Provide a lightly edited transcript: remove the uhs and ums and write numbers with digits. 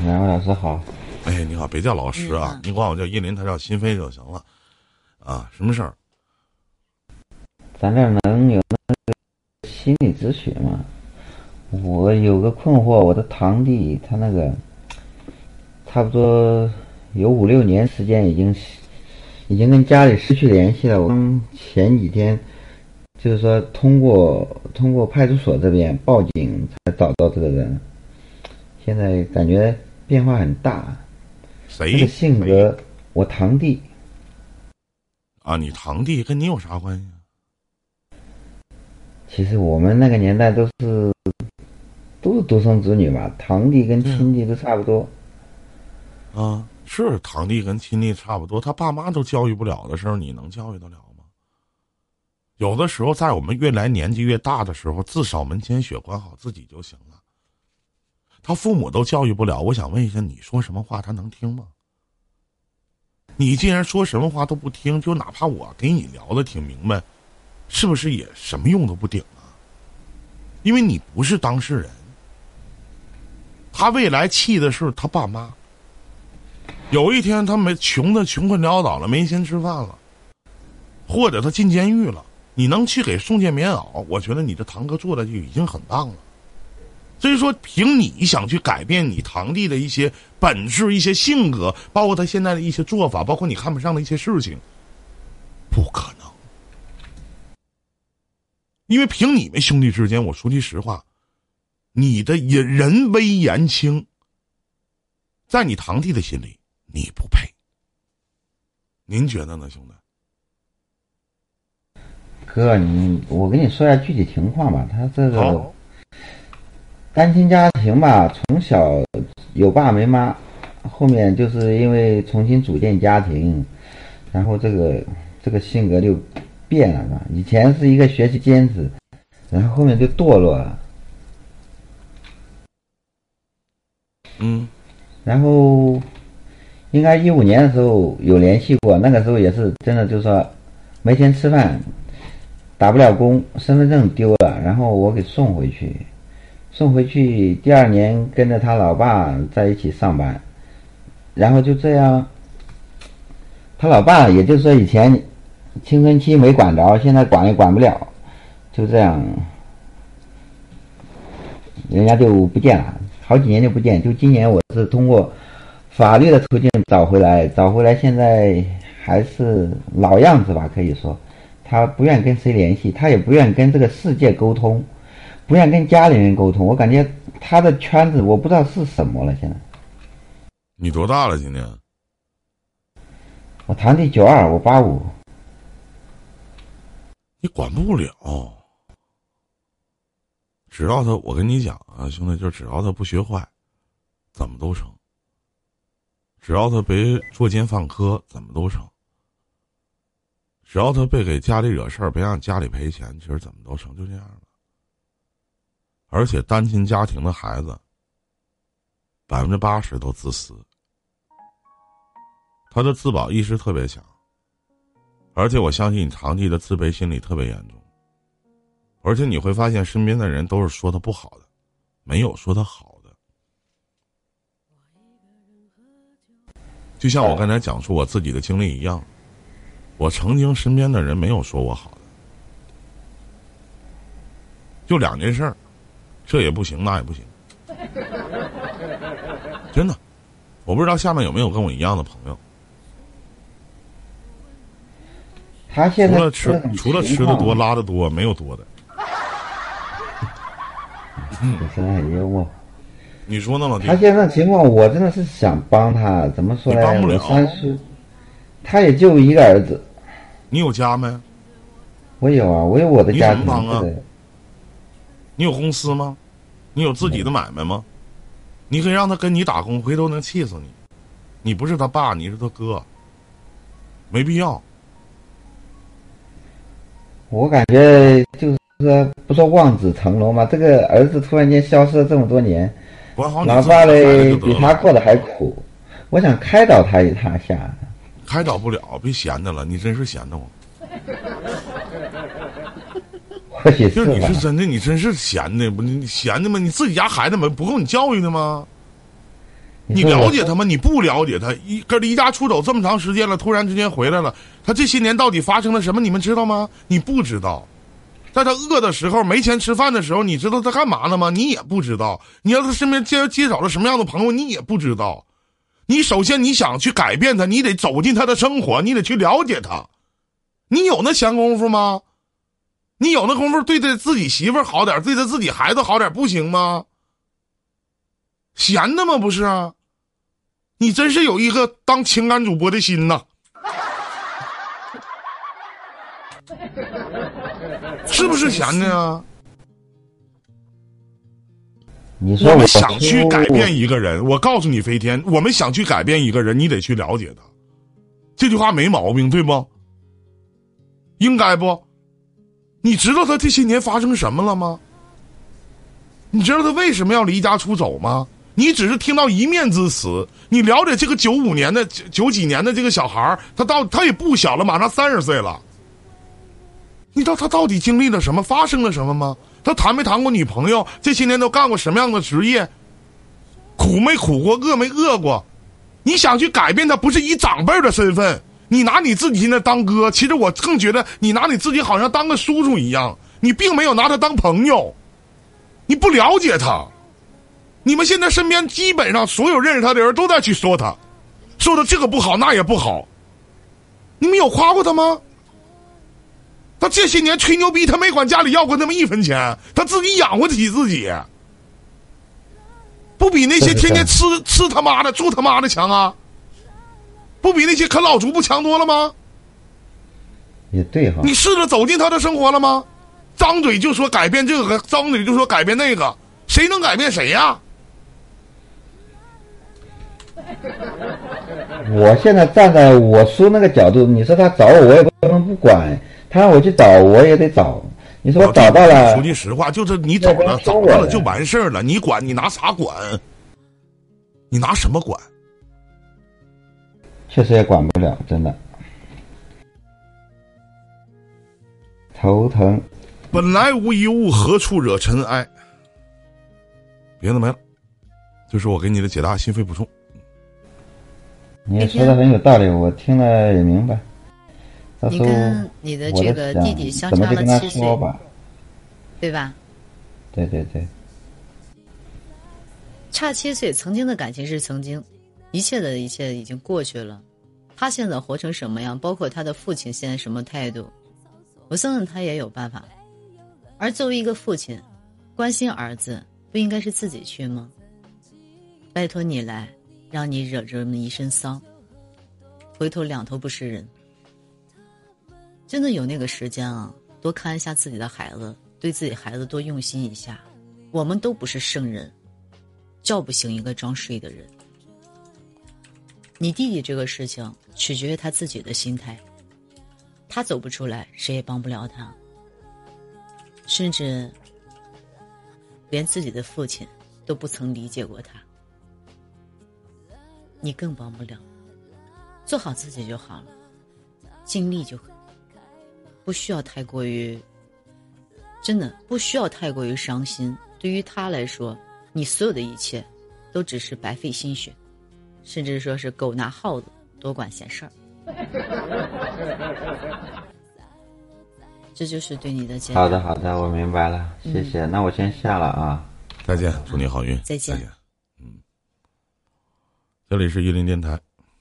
两位老师好。 哎，你好，别叫老师啊，你管我叫依林，他叫心飞就行了。啊，什么事儿？ 咱这儿能有那个心理咨询吗？我有个困惑，我的堂弟他那个差不多有5、6年时间已经跟家里失去联系了。我前几天就是说通过派出所这边报警才找到这个人，现在感觉变化很大。 谁？ 那个性格，我堂弟。 啊，你堂弟跟你有啥关系啊？ 其实我们那个年代都是独生子女嘛，堂弟跟亲弟都差不多。 啊，是堂弟跟亲弟差不多，他爸妈都教育不了的时候，你能教育得了吗？有的时候，在我们越来年纪越大的时候，自扫门前雪，管好自己就行了。他父母都教育不了，我想问一下，你说什么话他能听吗？你既然说什么话都不听，就哪怕我给你聊的挺明白，是不是也什么用都不顶啊？因为你不是当事人，他未来气的是他爸妈。有一天他穷困潦倒了，没钱吃饭了，或者他进监狱了，你能去给送件棉袄，我觉得你的堂哥做的就已经很棒了。所以说，凭你想去改变你堂弟的一些本质、一些性格，包括他现在的一些做法，包括你看不上的一些事情，不可能。因为凭你们兄弟之间，我说句实话，你的人微言轻，在你堂弟的心里，你不配。您觉得呢，兄弟？ 哥，我跟你说一下具体情况吧。他这个单亲家庭吧，从小有爸没妈，后面就是因为重新组建家庭，然后这个性格就变了嘛。以前是一个学习尖子，然后后面就堕落了。然后应该15年的时候有联系过，那个时候也是真的就是说没钱吃饭，打不了工，身份证丢了，然后我给送回去，第2年跟着他老爸在一起上班，然后就这样，他老爸也就是说以前青春期没管着，现在管也管不了，就这样，人家就不见了，好几年就不见。就今年我是通过法律的途径找回来，现在还是老样子吧，可以说他不愿跟谁联系，他也不愿跟这个世界沟通，不愿跟家里人沟通。我感觉他的圈子我不知道是什么了。现在你多大了？今年？ 我堂弟92，我85。 你管不了，只要他，我跟你讲啊，兄弟，就只要他不学坏，怎么都成。只要他别作奸犯科，怎么都成。只要他别给家里惹事儿，别让家里赔钱，其实怎么都成，就这样了。而且单亲家庭的孩子，80%都自私，他的自保意识特别强。而且我相信你堂弟的自卑心理特别严重，而且你会发现身边的人都是说他不好的，没有说他好的。就像我刚才讲述我自己的经历一样，我曾经身边的人没有说我好的，就2件事儿，这也不行那也不行，真的。我不知道下面有没有跟我一样的朋友。 他现在除了吃的多拉的多，没有多的。 现在很幽默。 你说呢，老弟？ 他现在情况，我真的是想帮他，怎么说呢？ 帮不了。 他也就一个儿子。 你有家没？ 我有啊，我有我的家庭。 你怎么帮啊？你有公司吗？你有自己的买卖吗？你可以让他跟你打工，回头能气死你。你不是他爸，你是他哥，没必要。我感觉就是说，不说望子成龙嘛，这个儿子突然间消失了这么多年，老爸嘞比他过得还苦，我想开导他一下。 开导不了，别闲着了，你真是闲着我。 或许是就是你是真的，你真是闲的不？你闲的吗？你自己家孩子们不够你教育的吗？ 你了解他吗？你不了解他，离家出走这么长时间了，突然之间回来了，他这些年到底发生了什么？你们知道吗？你不知道。在他饿的时候，没钱吃饭的时候，你知道他干嘛呢吗？你也不知道。你要他身边接找了什么样的朋友，你也不知道。你首先你想去改变他，你得走进他的生活，你得去了解他。你有那闲工夫吗？你有那功夫对待自己媳妇儿好点，对待自己孩子好点，不行吗？闲的吗？不是啊。你真是有一个当情感主播的心呐。是不是闲的啊？ 你说我们想去改变一个人，我告诉你飞天，我们想去改变一个人，你得去了解他。这句话没毛病，对不？应该不？你知道他这些年发生什么了吗？你知道他为什么要离家出走吗？你只是听到一面之词。你了解这个95年的90几年的这个小孩，他也不小了，马上30岁了。你知道他到底经历了什么，发生了什么吗？他谈没谈过女朋友？这些年都干过什么样的职业？苦没苦过，饿没饿过？你想去改变他，不是以长辈的身份，你拿你自己现在当哥，其实我更觉得你拿你自己好像当个叔叔一样，你并没有拿他当朋友，你不了解他。你们现在身边基本上所有认识他的人都在去说他，说他这个不好那也不好，你们有夸过他吗？他这些年吹牛逼，他没管家里要过那么1分钱，他自己养活起自己，不比那些天天吃他妈的住他妈的强啊？不比那些啃老族不强多了吗？ 也对哈。 你试着走进他的生活了吗？张嘴就说改变这个，张嘴就说改变那个，谁能改变谁呀？ 我现在站在我叔那个角度，你说他找我也不能不管，他让我去找我也得找。你说我找到了， 说句实话，就是你找到了就完事儿了，你管你拿啥管？你拿什么管？ 确实也管不了，真的头疼。 本来无一物，何处惹尘埃？别的没了，就是我给你的解答，心肺补充。 你也说的很有道理，我听了也明白。 你跟你的这个弟弟相差了7岁，对吧？ 对对对， 差7岁，曾经的感情是曾经，一切的一切已经过去了。他现在活成什么样，包括他的父亲现在什么态度，我相信他也有办法。而作为一个父亲，关心儿子，不应该是自己去吗？拜托你来，让你惹这么一身骚，回头两头不是人。真的有那个时间啊，多看一下自己的孩子，对自己孩子多用心一下。我们都不是圣人，叫不醒一个装睡的人。你弟弟这个事情取决于他自己的心态，他走不出来，谁也帮不了他，甚至连自己的父亲都不曾理解过他，你更帮不了。做好自己就好了，尽力就可以，不需要太过于，真的不需要太过于伤心。对于他来说，你所有的一切都只是白费心血，甚至说是狗拿耗子多管闲事儿。这就是对你的建议。 好的好的，我明白了，谢谢。那我先下了啊， 再见，祝你好运， 再见。 这里是1林电台。